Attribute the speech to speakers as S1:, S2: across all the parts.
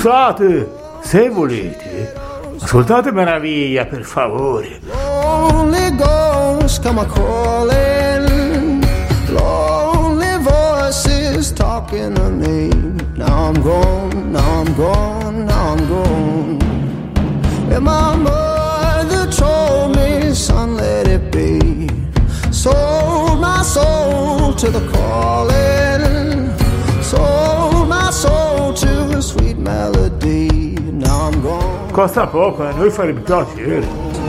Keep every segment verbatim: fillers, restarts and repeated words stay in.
S1: Scusate, se volete, ascoltate Meraviglia, per favore.
S2: Lonely ghosts come a calling, lonely voices talking to me. Now I'm gone, now I'm gone, now I'm gone. And my mother told me, son, let it be. Sold my soul to the calling, sold my soul to a sweet melody. Now I'm gone.
S1: Costa poco, a noi farebbe piacere.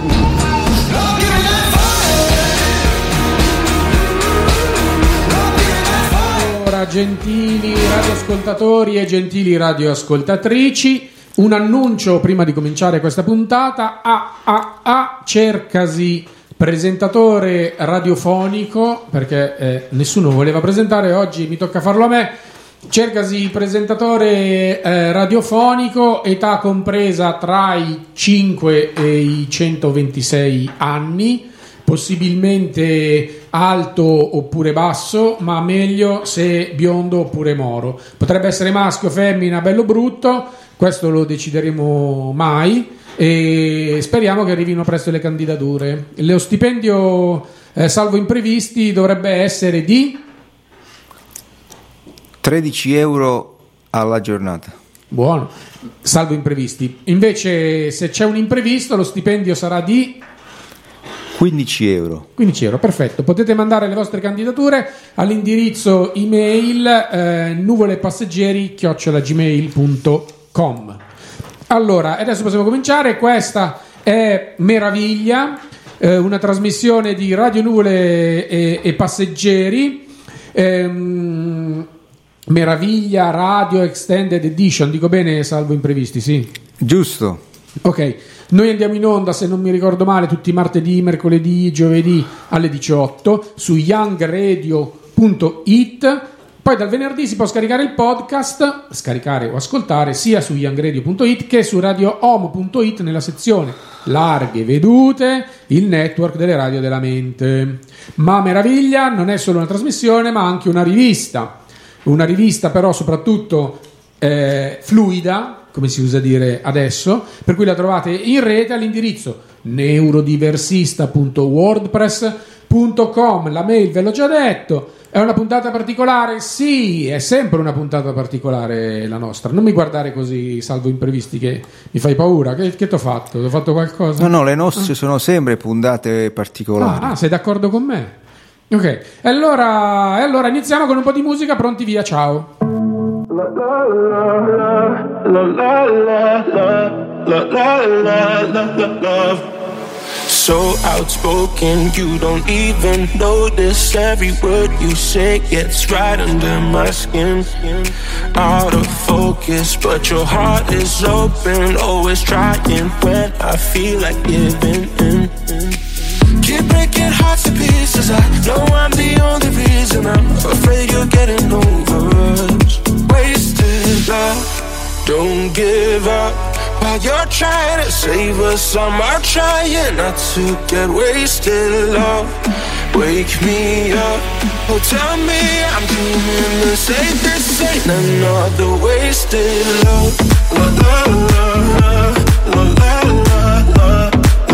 S3: Allora, gentili radioascoltatori e gentili radioascoltatrici, un annuncio prima di cominciare questa puntata. A A A cercasi presentatore radiofonico, perché eh, nessuno voleva presentare, oggi mi tocca farlo a me. Cercasi presentatore eh, radiofonico, età compresa tra i cinque e i centoventisei anni, possibilmente alto oppure basso, ma meglio se biondo oppure moro. Potrebbe essere maschio, femmina, bello brutto, questo lo decideremo mai, e speriamo che arrivino presto le candidature. Lo stipendio eh, salvo imprevisti dovrebbe essere di
S4: tredici euro alla giornata.
S3: Buono, salvo imprevisti. Invece se c'è un imprevisto lo stipendio sarà di
S4: quindici euro.
S3: quindici euro, perfetto. Potete mandare le vostre candidature all'indirizzo email eh, nuvolepasseggeri chiocciola gmail punto com. Allora, adesso possiamo cominciare. Questa è Meraviglia, eh, una trasmissione di Radio Nuvole e, e Passeggeri. Ehm, Meraviglia Radio Extended Edition, dico bene, salvo imprevisti, sì?
S4: Giusto.
S3: Ok, noi andiamo in onda, se non mi ricordo male, tutti i martedì, mercoledì, giovedì alle diciotto su young radio punto it. Poi dal venerdì si può scaricare il podcast, scaricare o ascoltare sia su young radio punto it che su radio home punto it nella sezione Larghe Vedute, il network delle radio della mente. Ma Meraviglia non è solo una trasmissione, ma anche una rivista. Una rivista però soprattutto eh, fluida, come si usa dire adesso, per cui la trovate in rete all'indirizzo neurodiversista punto wordpress punto com. La mail ve l'ho già detto. È una puntata particolare? Sì, è sempre una puntata particolare la nostra. Non mi guardare così, salvo imprevisti, che mi fai paura. Che, che t'ho fatto? T'ho fatto qualcosa?
S4: No, no, le nostre ah. sono sempre puntate particolari.
S3: Ah, ah, sei d'accordo con me? Ok, e allora, e allora iniziamo con un po' di musica, pronti via, ciao. La la la la la la la la la la la.
S5: So outspoken, you don't even notice. Every word you say gets right under my skin. Out of focus, but your heart is open. Always trying when I feel like giving in. Keep breaking hearts to pieces. I know I'm the only reason. I'm afraid you're getting over us. Wasted love, don't give up. While you're trying to save us, I'm out trying not to get wasted. Love, wake me up. Oh, tell me I'm dreaming the same. This ain't another wasted love. La la la la la la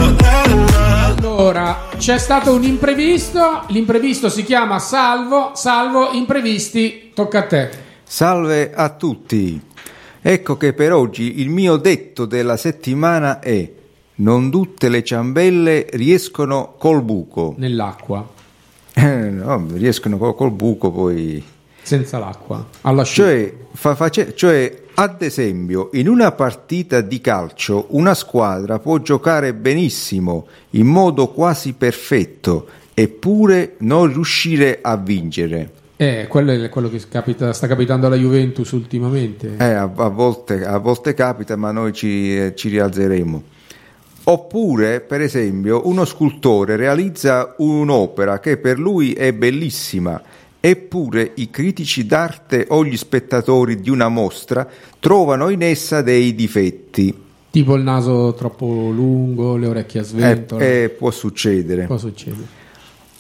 S5: la.
S3: Allora, c'è stato un imprevisto. L'imprevisto si chiama Salvo. Salvo, imprevisti, tocca a te.
S4: Salve a tutti. Ecco che per oggi il mio detto della settimana è: non tutte le ciambelle riescono col buco.
S3: Nell'acqua.
S4: Eh, no, riescono col, col buco poi.
S3: Senza l'acqua. All'asciutto.
S4: Cioè, fa, face, cioè, ad esempio, in una partita di calcio una squadra può giocare benissimo, in modo quasi perfetto, eppure non riuscire a vincere.
S3: Eh, quello è quello che capita, sta capitando alla Juventus ultimamente.
S4: Eh, a, a, volte, a volte capita, ma noi ci, eh, ci rialzeremo. Oppure, per esempio, uno scultore realizza un'opera che per lui è bellissima, eppure i critici d'arte o gli spettatori di una mostra trovano in essa dei difetti.
S3: Tipo il naso troppo lungo, le orecchie a sventola.
S4: Eh, eh, può succedere.
S3: Può succedere.
S4: O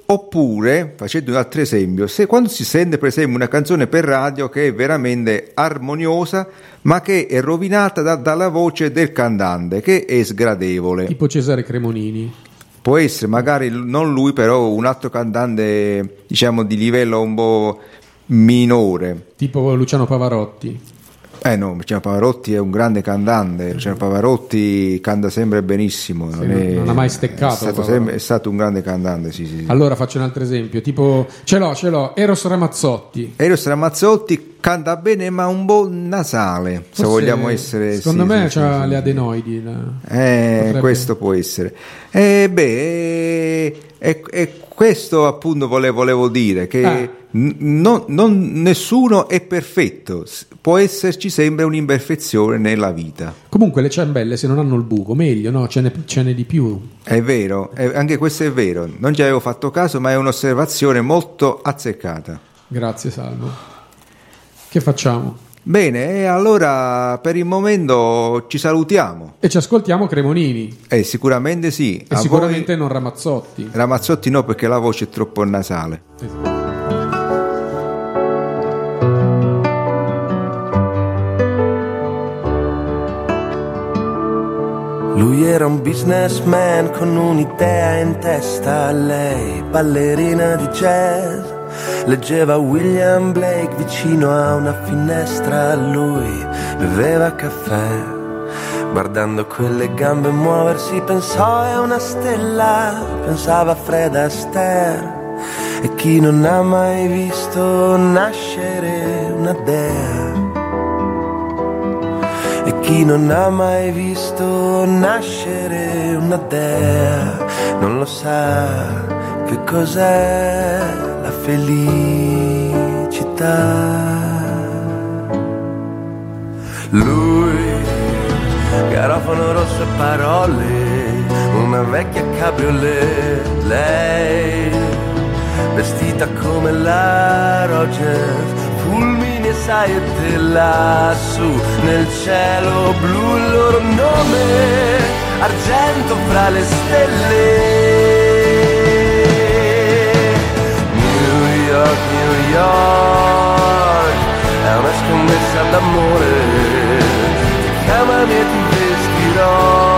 S4: Oppure, facendo un altro esempio, se quando si sente per esempio una canzone per radio che è veramente armoniosa ma che è rovinata da, dalla voce del cantante, che è sgradevole,
S3: tipo Cesare Cremonini.
S4: può essere magari non lui, però un altro cantante, diciamo, di livello un po' minore,
S3: Tipo Luciano Pavarotti.
S4: eh no, Luciano Pavarotti è un grande cantante. Luciano Pavarotti canta sempre benissimo,
S3: Sì,
S4: non,
S3: non-
S4: è,
S3: non ha mai steccato,
S4: è stato,
S3: Pavarotti.
S4: sempre- è stato un grande cantante, sì, sì, sì.
S3: Allora faccio un altro esempio, tipo ce l'ho, ce l'ho, Eros Ramazzotti.
S4: Eros Ramazzotti canta bene ma un po' nasale, se
S3: Forse,
S4: vogliamo essere,
S3: secondo
S4: sì,
S3: me
S4: sì,
S3: c'ha
S4: sì,
S3: le
S4: sì.
S3: adenoidi. la-
S4: Eh,
S3: potrebbe-
S4: questo può essere. Eh, beh, e eh, eh, questo appunto volevo, volevo dire che
S3: Ah.
S4: n- non, non- nessuno è perfetto, S- può esserci sempre un'imperfezione nella vita.
S3: Comunque le ciambelle se non hanno il buco, meglio, no? Ce n'è, ce n'è di più.
S4: È vero, eh, anche questo è vero, non ci avevo fatto caso, ma è un'osservazione molto azzeccata.
S3: Grazie Salvo. Che facciamo?
S4: Bene, e allora per il momento ci salutiamo.
S3: E ci ascoltiamo Cremonini.
S4: Eh, sicuramente sì.
S3: E
S4: A
S3: sicuramente non Ramazzotti.
S4: voi, Ramazzotti no, perché la voce è troppo nasale.
S6: Lui era un businessman con un'idea in testa, lei ballerina di jazz. Leggeva William Blake vicino a una finestra, lui beveva caffè. Guardando quelle gambe muoversi pensò è una stella, pensava a Fred Astaire. E chi non ha mai visto nascere una dea? E chi non ha mai visto nascere una dea non lo sa che cos'è la felicità. Lui, garofano rosso e parole, una vecchia cabriolet, lei, vestita come la Rogers, fulmini e saette lassù nel cielo blu, il loro nome, argento fra le stelle. New York, New York, è una scommessa d'amore, ti chiamami e ti vestirò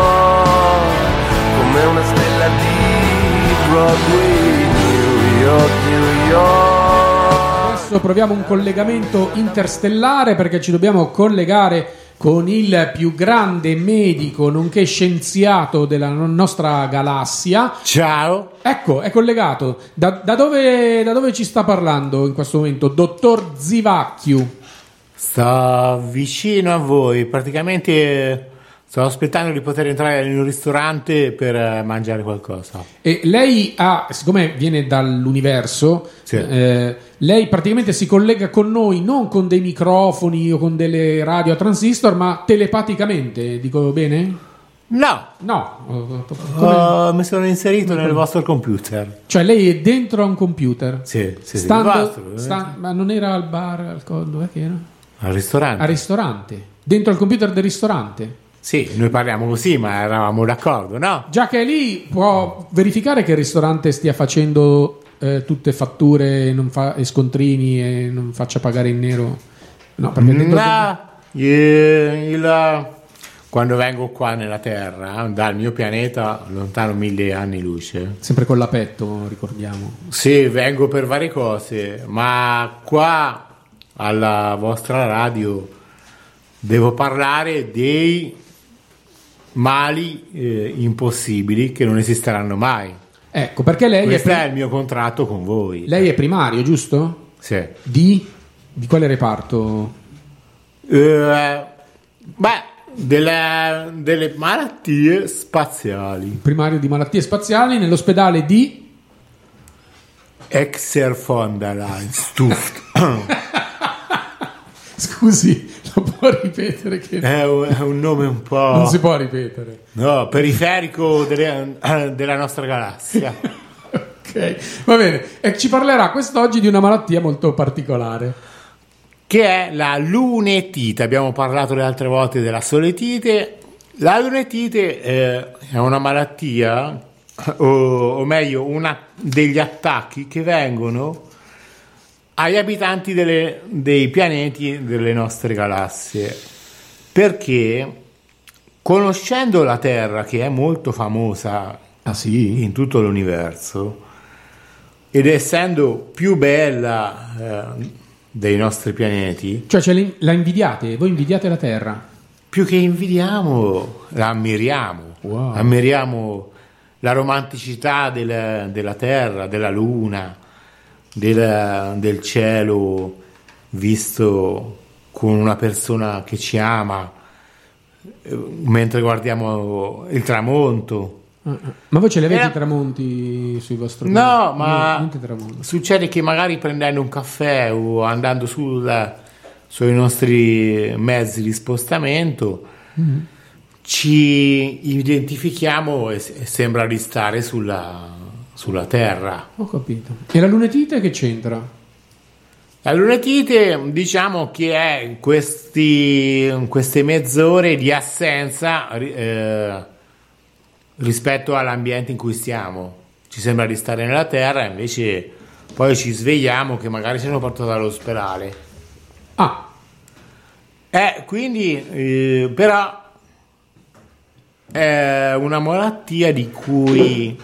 S6: come una stella di Broadway. New York, New York.
S3: Adesso proviamo un collegamento interstellare perché ci dobbiamo collegare con il più grande medico nonché scienziato della nostra galassia.
S1: Ciao.
S3: Ecco, è collegato. Da, da dove, da dove ci sta parlando in questo momento? Dottor Zivacchiu.
S1: Sto vicino a voi, praticamente eh, sto aspettando di poter entrare in un ristorante per eh, mangiare qualcosa.
S3: E lei ha, siccome viene dall'universo,
S1: Sì.
S3: eh, lei praticamente si collega con noi non con dei microfoni o con delle radio a transistor, ma telepaticamente, dico bene?
S1: No,
S3: No. Come-
S1: oh, mi sono inserito nel vostro computer.
S3: Cioè lei è dentro a un computer.
S1: Sì, sì, sì.
S3: Stando-
S1: Il vostro, eh.
S3: sta- ma non era al bar, al co- dov'è che era?
S1: Al ristorante.
S3: Al ristorante. Dentro al computer del ristorante.
S1: Sì, noi parliamo così, ma eravamo d'accordo, no?
S3: Già che è lì, può verificare che il ristorante stia facendo eh, tutte fatture e, non fa- e scontrini e non faccia pagare in nero. No, perché dentro
S1: No, eh, il- quando vengo qua nella Terra, dal mio pianeta, lontano mille anni luce,
S3: sempre con l'apetto, ricordiamo.
S1: sì, vengo per varie cose, ma qua alla vostra radio devo parlare dei mali eh, impossibili che non esisteranno mai.
S3: Ecco, perché lei è,
S1: Questo
S3: pri-
S1: è il mio contratto con voi.
S3: lei è primario, giusto?
S1: Sì.
S3: Di? Di quale reparto?
S1: Eh, beh, delle, delle malattie spaziali.
S3: Primario di malattie spaziali nell'ospedale di...
S1: Exer von der Leyen Stuft.
S3: Scusi, lo può ripetere? Che
S1: È un, è un nome un po'...
S3: non si può ripetere.
S1: No, periferico delle- della nostra galassia.
S3: Ok, va bene. E ci parlerà quest'oggi di una malattia molto particolare.
S1: Che è la lunetite. Abbiamo parlato le altre volte della soletite. La lunetite eh, è una malattia o, o meglio una, degli attacchi che vengono agli abitanti delle, dei pianeti delle nostre galassie, perché conoscendo la Terra, che è molto famosa
S3: Ah sì?
S1: in tutto l'universo, ed essendo più bella eh, dei nostri pianeti,
S3: Cioè ce l'in- la invidiate? Voi invidiate la Terra?
S1: più che invidiamo, la ammiriamo.
S3: Wow.
S1: Ammiriamo la romanticità del- della Terra, della Luna, del, del cielo visto con una persona che ci ama, eh, mentre guardiamo il tramonto.
S3: Ma voi ce li avete
S1: Eh,
S3: i tramonti sui vostri
S1: No,
S3: pianeti?
S1: ma
S3: niente tramonti.
S1: succede che magari prendendo un caffè o andando sul- sui nostri mezzi di spostamento ci identifichiamo e, e sembra di stare sulla, sulla Terra.
S3: Ho capito. E la lunetite che c'entra?
S1: La lunetite, diciamo che è questi, queste mezz'ore di assenza eh, rispetto all'ambiente in cui stiamo. Ci sembra di stare nella Terra, invece poi ci svegliamo che magari ci hanno portato all'ospedale.
S3: Ah,
S1: Eh, quindi, eh, però, è una malattia di cui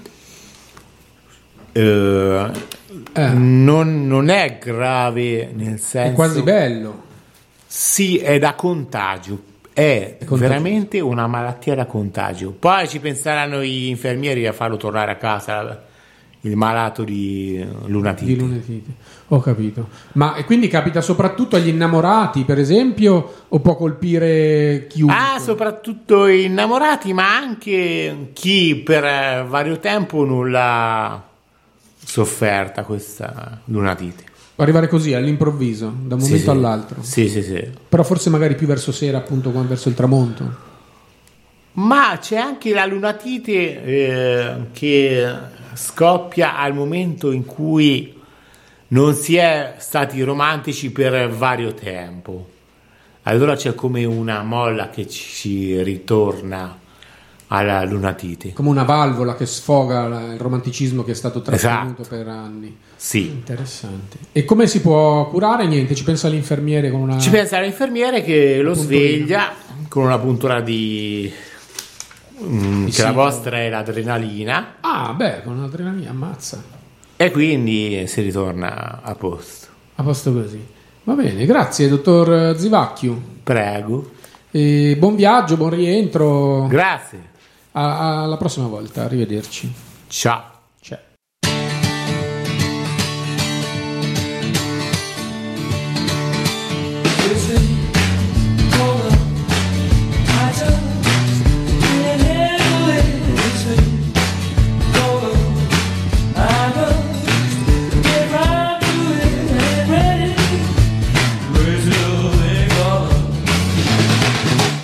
S1: eh,
S3: Eh.
S1: non, non è grave, nel senso...
S3: è quasi bello.
S1: Sì, è da contagio, è
S3: contagioso.
S1: veramente una malattia da contagio. Poi ci penseranno gli infermieri a farlo tornare a casa il malato di lunatite.
S3: Di lunetite. Ho capito. Ma e quindi capita soprattutto agli innamorati, per esempio, o può colpire chiunque?
S1: Ah, soprattutto innamorati, ma anche chi per eh, vario tempo non l'ha sofferta questa lunatite.
S3: Può arrivare così all'improvviso, da un
S1: Sì,
S3: momento
S1: sì.
S3: all'altro.
S1: Sì, sì, sì.
S3: Però forse magari più verso sera, appunto, come verso il tramonto.
S1: Ma c'è anche la lunatite eh, che scoppia al momento in cui non si è stati romantici per vario tempo. Allora c'è come una molla che ci ritorna alla lunatite.
S3: Come una valvola che sfoga la- il romanticismo che è stato trattenuto
S1: Esatto.
S3: per anni.
S1: Sì.
S3: Interessante. E come si può curare? Niente, ci pensa l'infermiere con una...
S1: Ci pensa l'infermiere che lo
S3: Punturina.
S1: sveglia con una puntura di... mm, che
S3: Sì.
S1: la vostra è l'adrenalina
S3: Ah, beh, con l'adrenalina ammazza.
S1: e quindi si ritorna a posto.
S3: A posto così. Va bene, grazie, dottor Zivacchiu.
S1: Prego.
S3: E buon viaggio, buon rientro.
S1: Grazie.
S3: A- alla prossima volta, arrivederci.
S1: Ciao.
S3: Ciao.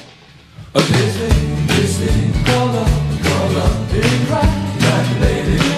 S7: Lady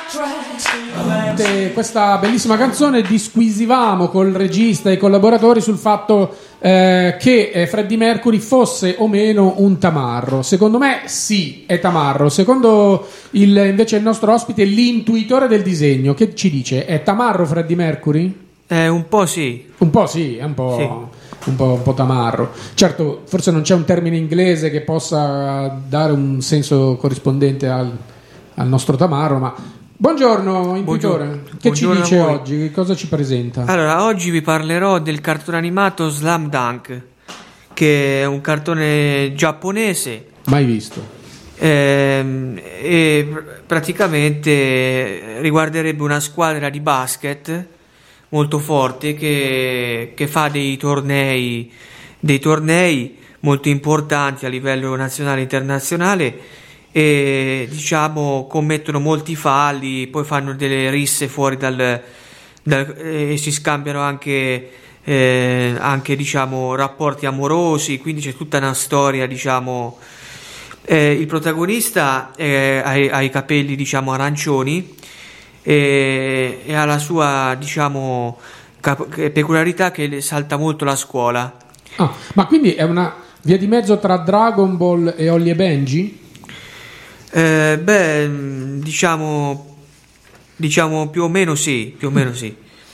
S3: De questa bellissima canzone disquisivamo col regista e i collaboratori sul fatto eh, che eh, Freddie Mercury fosse o meno un tamarro. Secondo me sì, è tamarro. Secondo il, invece il nostro ospite, l'intuitore del disegno, che ci dice? È tamarro Freddie Mercury?
S7: Eh, un po' sì.
S3: Un po' sì, è un po'... Sì. Un po', un po' tamarro. Certo, forse non c'è un termine inglese che possa dare un senso corrispondente al, al nostro tamarro, ma buongiorno intuitore,
S7: Buongiorno.
S3: Che
S7: Buongiorno
S3: ci dice
S7: a voi.
S3: oggi? Che cosa ci presenta?
S7: Allora, oggi vi parlerò del cartone animato Slam Dunk, che è un cartone giapponese.
S3: Mai visto.
S7: ehm, e pr- praticamente riguarderebbe una squadra di basket molto forte che, che fa dei tornei dei tornei molto importanti a livello nazionale e internazionale, e diciamo commettono molti falli, poi fanno delle risse fuori dal, dal e si scambiano anche eh, anche diciamo rapporti amorosi, quindi c'è tutta una storia, diciamo. Eh, il protagonista eh, ha, i- ha i capelli, diciamo, arancioni, e, e ha la sua, diciamo, cap- peculiarità che salta molto la scuola.
S3: Ah, ma quindi è una via di mezzo tra Dragon Ball e Holly e Benji?
S7: Eh, beh, mh, diciamo, diciamo più o meno sì, più o meno sì.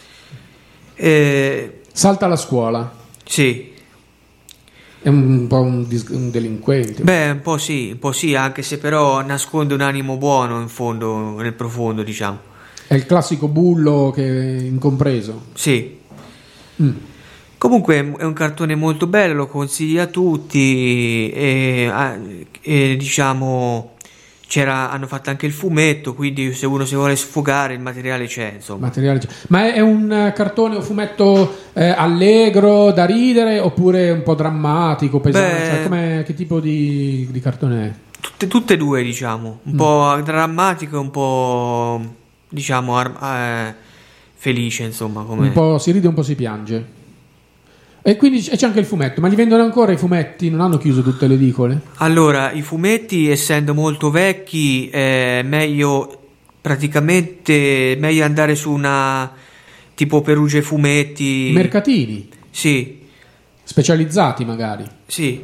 S7: Eh,
S3: Salta la scuola.
S7: sì.
S3: È un po' un, dis- un delinquente.
S7: Beh, un po' sì, un po' sì, anche se però nasconde un animo buono in fondo, nel profondo, diciamo.
S3: È il classico bullo che è incompreso.
S7: Sì.
S3: Mm.
S7: Comunque è un cartone molto bello, lo consiglio a tutti, e, ah, e diciamo c'era, hanno fatto anche il fumetto, quindi se uno si vuole sfogare il materiale c'è, insomma.
S3: Materiale c'è. Ma è, è un eh, cartone o fumetto eh, allegro, da ridere, oppure un po' drammatico, pesante?
S7: Beh,
S3: Cioè, com'è- che tipo di, di cartone è?
S7: Tutte, tutte e due, diciamo, un
S3: Mm.
S7: po' drammatico e un po', diciamo, ar- eh, felice, insomma, come...
S3: Un po' si ride, un po' si piange. E quindi c- e c'è anche il fumetto, ma li vendono ancora i fumetti? Non hanno chiuso tutte le edicole?
S7: Allora, i fumetti, essendo molto vecchi, è meglio praticamente meglio andare su una tipo Perugia e Fumetti.
S3: Mercatini
S7: Sì,
S3: specializzati magari.
S7: sì.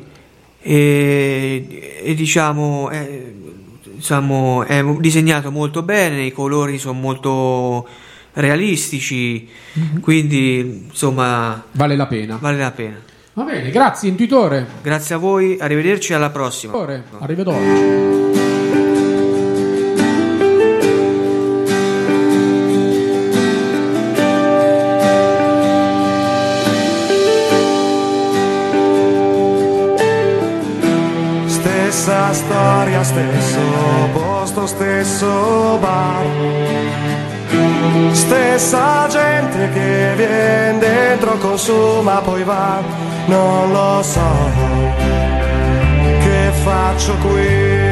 S7: E, e diciamo, è, diciamo, è disegnato molto bene, i colori sono molto realistici, quindi insomma
S3: Vale la pena.
S7: vale la pena.
S3: Va bene, grazie intuitore.
S7: Grazie a voi, arrivederci, alla prossima.
S3: Intuitore, arrivederci.
S8: Stessa storia, stesso posto, stesso bar. Stessa gente che viene dentro, consuma, poi va. Non lo so che faccio qui.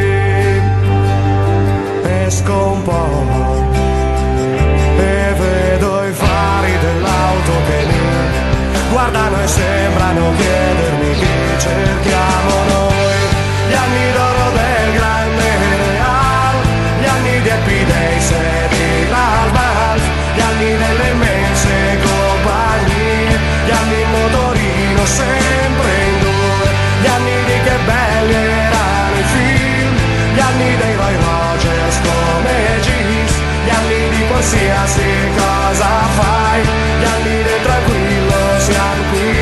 S8: Esco un po' e vedo i fari dell'auto che mi guardano e sembrano chiedermi chi cerchiamo noi. Gli anni d'oro del grande Real, gli anni di Happy Days e di Lalbaz, gli anni delle immense compagnie, gli anni in motorino sempre in due, gli anni di che belli erano i film, gli anni dei Roy Rogers come Jeans, gli anni di qualsiasi cosa fai, gli anni del tranquillo, siamo qui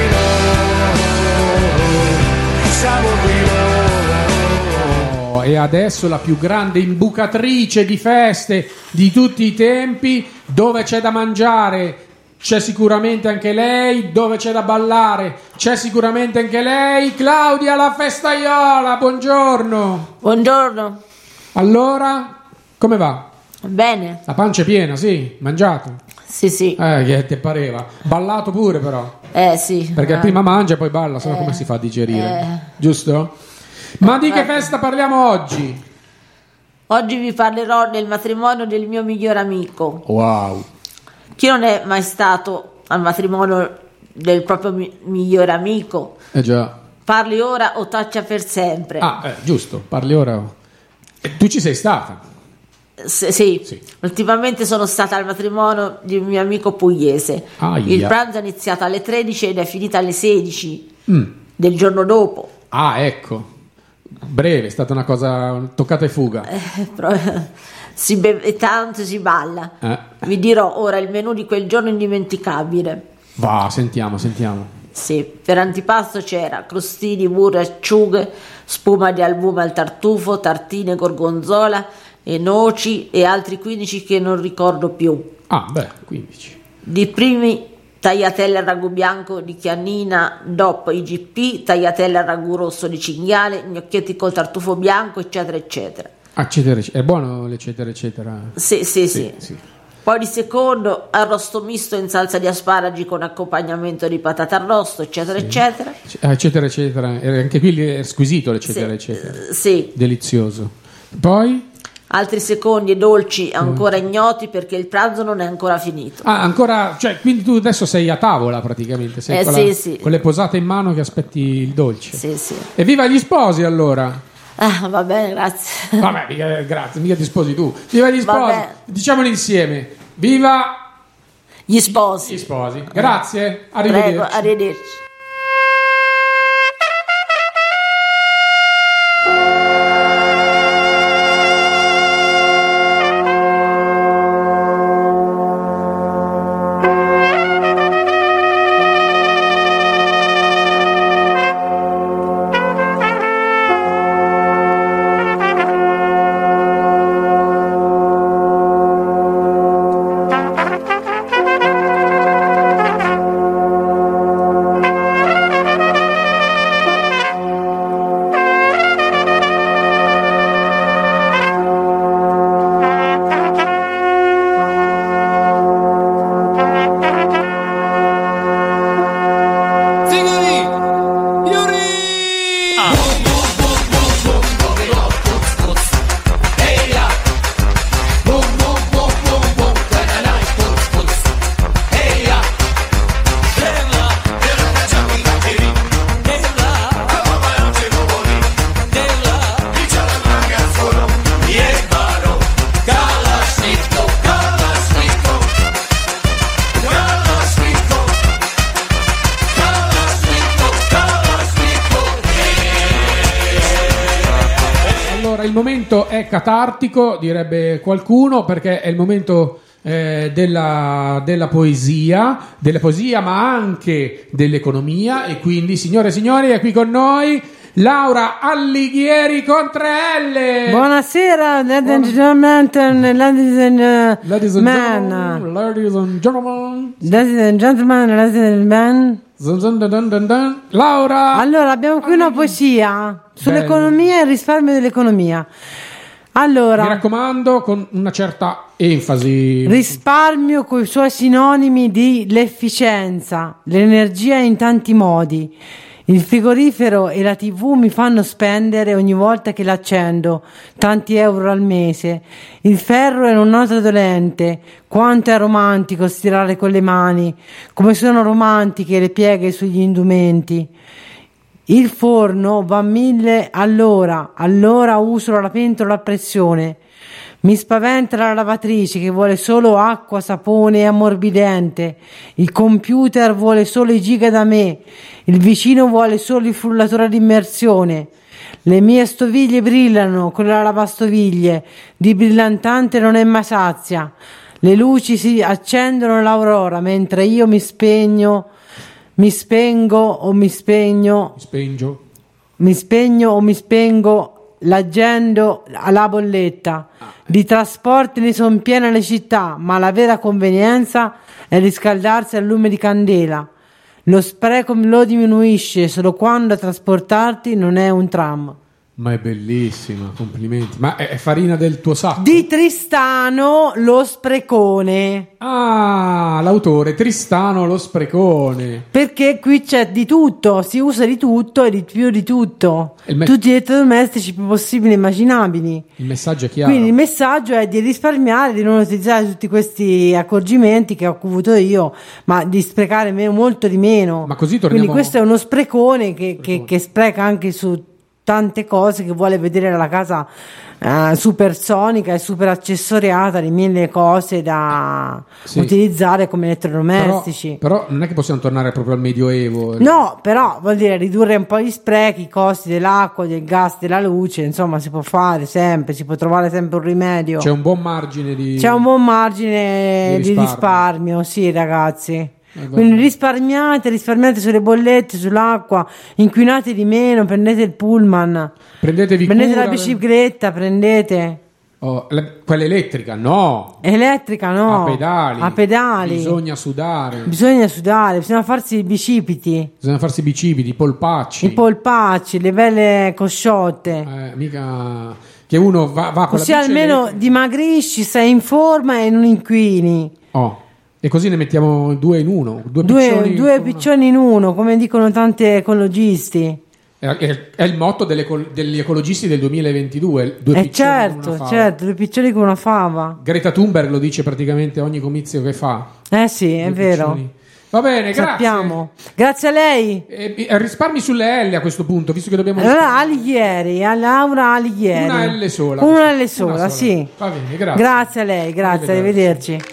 S8: noi, siamo qui noi.
S3: E adesso la più grande imbucatrice di feste di tutti i tempi, dove c'è da mangiare c'è sicuramente anche lei, dove c'è da ballare c'è sicuramente anche lei, Claudia la festaiola, buongiorno.
S9: Buongiorno,
S3: Allora, come va?
S9: bene?
S3: La pancia è piena, sì? Mangiato?
S9: Sì, sì,
S3: Eh, che te pareva? Ballato pure però,
S9: eh sì.
S3: perché
S9: eh.
S3: prima mangia e poi balla, sennò
S9: Eh,
S3: come si fa a digerire?
S9: eh.
S3: Giusto? Ma di che
S9: Guarda.
S3: festa parliamo oggi?
S9: Oggi vi parlerò del matrimonio del mio miglior amico.
S3: Wow.
S9: Chi non è mai stato al matrimonio del proprio mi- miglior amico?
S3: Eh già.
S9: Parli ora o taccia per sempre.
S3: Ah, eh, giusto, parli ora. E tu ci sei stata?
S9: Sì, sì.
S3: Sì.
S9: Ultimamente sono stata al matrimonio di un mio amico pugliese.
S3: Aia.
S9: Il pranzo è iniziato alle tredici ed è finito alle sedici
S3: Mm.
S9: del giorno dopo.
S3: Ah, ecco. Breve, è stata una cosa toccata e fuga.
S9: Eh, però- si beve tanto e si balla.
S3: Eh.
S9: Vi dirò ora il menù di quel giorno indimenticabile.
S3: Va, sentiamo, sentiamo.
S9: Sì, per antipasto c'era crostini, burro, acciughe, spuma di albume al tartufo, tartine, gorgonzola e noci e altri quindici che non ricordo più.
S3: Ah, beh, quindici.
S9: Di primi tagliatelle al ragù bianco di chianina, D O P, I G P, tagliatelle al ragù rosso di cinghiale, gnocchetti col tartufo bianco, eccetera, eccetera.
S3: Eccetera, eccetera. È buono l'eccetera, eccetera.
S9: Sì, sì, sì.
S3: Sì, sì.
S9: Poi di secondo arrosto misto in salsa di asparagi con accompagnamento di patate arrosto, eccetera, eccetera.
S3: Ah, eccetera, eccetera. E anche qui è squisito l'eccetera,
S9: Sì,
S3: eccetera.
S9: eh, sì.
S3: Delizioso. Poi?
S9: Altri secondi e dolci ancora ignoti perché il pranzo non è ancora finito.
S3: Ah, ancora, cioè, quindi tu adesso sei a tavola praticamente, sei
S9: Eh,
S3: con,
S9: sì,
S3: la-
S9: sì.
S3: con le posate in mano che aspetti il dolce.
S9: Sì, sì.
S3: Evviva gli sposi allora!
S9: Ah, va bene, grazie.
S3: Vabbè, mica, grazie, mica ti sposi tu. Viva gli sposi!
S9: Vabbè.
S3: Diciamolo insieme. Viva
S9: Gli sposi.
S3: gli sposi. Grazie, arrivederci.
S9: Prego, arrivederci.
S3: Il momento è catartico, direbbe qualcuno, perché è il momento eh, della, della poesia, della poesia ma anche dell'economia, e quindi, signore e signori, è qui con noi Laura Allighieri con tre L.
S10: Buonasera, ladies and gentlemen, ladies and uh,
S3: Ladies and
S10: men.
S3: gentlemen, ladies and gentlemen,
S10: Ladies and gentlemen, ladies and men.
S3: Zun zun dun dun dun dun. Laura.
S10: Allora, abbiamo qui una poesia sull'economia e il risparmio dell'economia. Allora,
S3: Mi raccomando, con una certa enfasi.
S10: risparmio con i suoi sinonimi di l'efficienza, l'energia in tanti modi. Il frigorifero e la tivù mi fanno spendere ogni volta che l'accendo tanti euro al mese. Il ferro è una nota dolente. Quanto è romantico stirare con le mani, come sono romantiche le pieghe sugli indumenti. Il forno va a mille all'ora, allora uso la pentola a pressione. Mi spaventa la lavatrice che vuole solo acqua, sapone e ammorbidente. Il computer vuole solo i giga da me. Il vicino vuole solo il frullatore ad immersione. Le mie stoviglie brillano con la lavastoviglie. Di brillantante non è mai sazia. Le luci si accendono all'aurora mentre io mi spegno, mi spengo o mi spegno,
S3: Mi spengio.
S10: mi spegno o mi spengo l'aggendo alla bolletta. Di trasporti ne sono piene le città, ma la vera convenienza è riscaldarsi al lume di candela. Lo spreco lo diminuisce solo quando a trasportarti non è un tram.
S3: Ma è bellissima, complimenti. Ma è, è farina del tuo sacco?
S10: Di Tristano lo sprecone.
S3: Ah, l'autore Tristano lo sprecone.
S10: Perché qui c'è di tutto, si usa di tutto e di più di tutto.
S3: Il me-
S10: Tutti gli elettrodomestici più possibili e immaginabili.
S3: Il messaggio è chiaro.
S10: Quindi il messaggio è di risparmiare, di non utilizzare tutti questi accorgimenti che ho avuto io, ma di sprecare meno, molto di meno.
S3: Ma così torniamo-
S10: Quindi questo è uno sprecone che, che, che spreca anche su tante cose, che vuole vedere la casa uh, supersonica e super accessoriata di mille cose da
S3: Sì.
S10: utilizzare come elettrodomestici.
S3: Però, però non è che possiamo tornare proprio al Medioevo.
S10: No, però vuol dire ridurre un po' gli sprechi, i costi dell'acqua, del gas, della luce, insomma si può fare sempre, si può trovare sempre un rimedio.
S3: C'è un buon margine di...
S10: C'è un buon margine
S3: di
S10: di
S3: risparmio.
S10: risparmio, sì ragazzi.
S3: Eh,
S10: Quindi risparmiate, risparmiate sulle bollette, sull'acqua, inquinate di meno, prendete il pullman,
S3: Prendetevi
S10: prendete
S3: cura.
S10: la bicicletta, prendete
S3: Oh, la- quella elettrica, no.
S10: elettrica, no?
S3: A pedali.
S10: A pedali.
S3: Bisogna sudare.
S10: Bisogna sudare, bisogna farsi i bicipiti,
S3: Bisogna farsi i bicipiti, i polpacci.
S10: i polpacci, le belle cosciotte.
S3: Eh, mica che uno va, va con
S10: Così
S3: la bici
S10: almeno
S3: elettrica.
S10: dimagrisci, stai in forma e non inquini.
S3: Oh, e così ne mettiamo due in uno. Due,
S10: Due,
S3: piccioni,
S10: due
S3: con-
S10: piccioni in uno, come dicono tanti ecologisti.
S3: È, è- è il motto delle ecol- degli ecologisti del duemilaventidue. Due
S10: Eh
S3: piccioni con
S10: certo,
S3: una fava.
S10: certo, due piccioni con una fava.
S3: Greta Thunberg lo dice praticamente a ogni comizio che fa.
S10: Eh sì, è
S3: Due
S10: vero.
S3: piccioni. Va bene, grazie.
S10: Sappiamo. Grazie a lei.
S3: E, e risparmi sulle L a questo punto, visto che dobbiamo...
S10: Allora, Alighieri, a Laura Alighieri.
S3: Una L sola.
S10: Una L sola,
S3: Una sola.
S10: sì.
S3: Va bene, grazie.
S10: Grazie a lei, grazie,
S3: Arrivederci.
S10: arrivederci.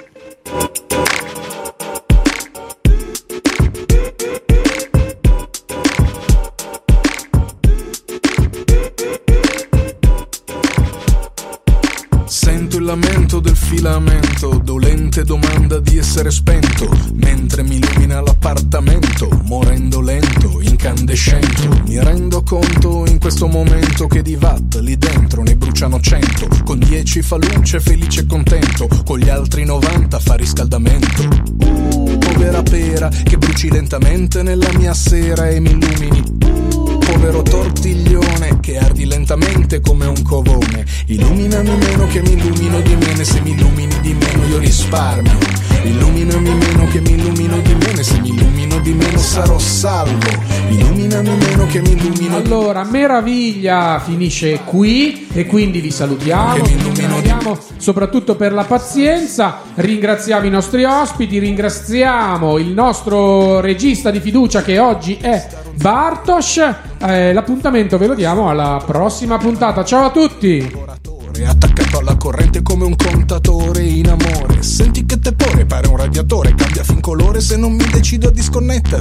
S11: Sento il lamento del filamento, dolente domanda di essere spento, mentre mi illumina l'appartamento, morendo lento, incandescente. Mi rendo conto in questo momento che di watt lì dentro ne bruciano cento, con dieci fa luce, felice e contento, con gli altri novanta fa riscaldamento. Uh, povera pera che bruci lentamente nella mia sera e mi illumini. Povero tortiglione che ardi lentamente come un covone. Illuminami meno che mi illumino di meno, e se mi illumini di meno io risparmio. Illuminami meno che mi illumino di meno, e se mi illumino di meno sarò salvo. Illuminami meno che mi illumino di
S3: Allora, meraviglia finisce qui e quindi vi salutiamo, vi ringraziamo soprattutto per la pazienza, ringraziamo i nostri ospiti, ringraziamo il nostro regista di fiducia che oggi è Bartosz. Eh, l'appuntamento ve lo diamo alla prossima puntata. Ciao a tutti.
S11: attaccato alla corrente come un contatore in amore. Senti che tepore, pare un radiatore, cambia fin colore se non mi decido a disconnettere.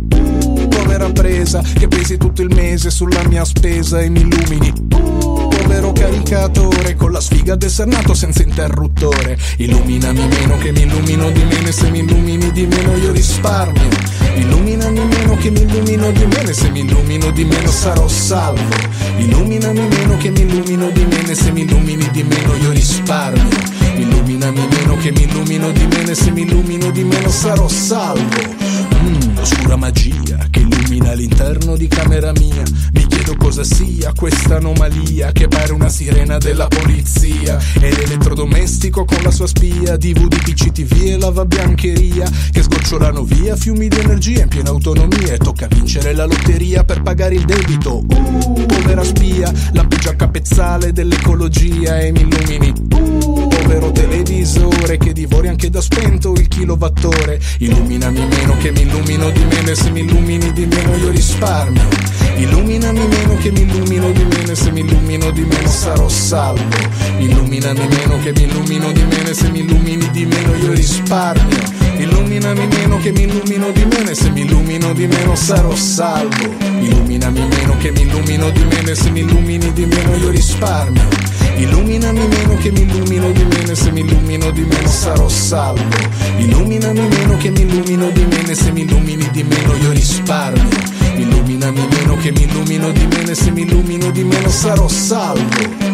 S11: Uh, povera presa che pesi tutto il mese sulla mia spesa e mi illumini. Uh, povero caricatore con la sfiga d'essere nato senza interruttore. Illuminami meno che mi illumino di meno, e se mi illumini di meno io risparmio. Illuminami meno che mi illumino di meno, e se mi illumino di meno sarò salvo. Illuminami meno che mi illumino di meno, e se mi illumini di meno io risparmio. Illuminami meno che mi illumino di meno, e se mi illumino di meno sarò salvo. Mm, oscura magia che illumina l'interno di camera mia. Mi chiedo cosa sia questa anomalia che pare una sirena della polizia. E l'elettrodomestico con la sua spia, D V D, P C T V e lavabiancheria che sgocciolano via fiumi di energia in piena autonomia. E tocca vincere la lotteria per pagare il debito. Uh, povera spia, lampeggio a capezzale dell'ecologia e mi illumini. Uh, povero televisore che divori anche da spento il kilowattore. Illuminami meno che mi illumino di meno, e se mi illumini di meno io risparmio. Illuminami meno che mi illumino di meno, e se mi illumino di meno sarò salvo. Illuminami meno che mi illumino di meno, e se mi illumini di meno io risparmio. Illuminami meno che mi illumino di meno, e se mi illumino di meno sarò salvo. Illuminami meno che mi illumino di meno, e se mi illumini di meno io risparmio. Illuminami meno che mi illumino di meno, e se mi illumino di meno sarò salvo. Illuminami meno che mi illumino di meno, e se mi illumini di meno io risparmio. Illuminami meno che mi illumino di meno, e se mi illumino di meno sarò salvo.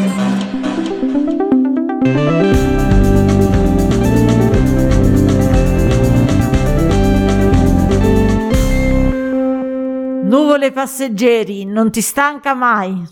S9: Nuvole passeggeri, non ti stanca mai.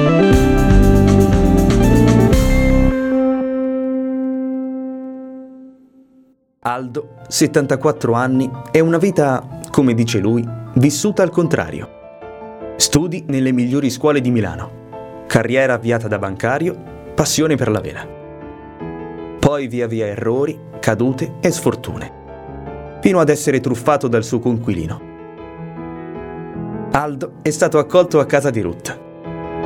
S12: Aldo, settantaquattro anni, e una vita, come dice lui, vissuta al contrario. Studi nelle migliori scuole di Milano, carriera avviata da bancario, passione per la vela. Poi via via errori, cadute e sfortune, fino ad essere truffato dal suo coinquilino. Aldo è stato accolto a casa di Ruth.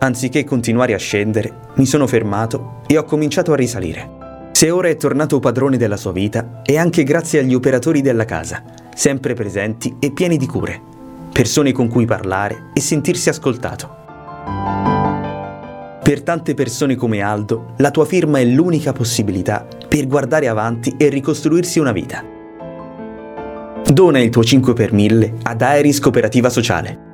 S12: Anziché continuare a scendere, mi sono fermato e ho cominciato a risalire. Se ora è tornato padrone della sua vita, è anche grazie agli operatori della casa, sempre presenti e pieni di cure, persone con cui parlare e sentirsi ascoltato. Per tante persone come Aldo, la tua firma è l'unica possibilità per guardare avanti e ricostruirsi una vita. Dona il tuo cinque per mille ad Aeris Cooperativa Sociale.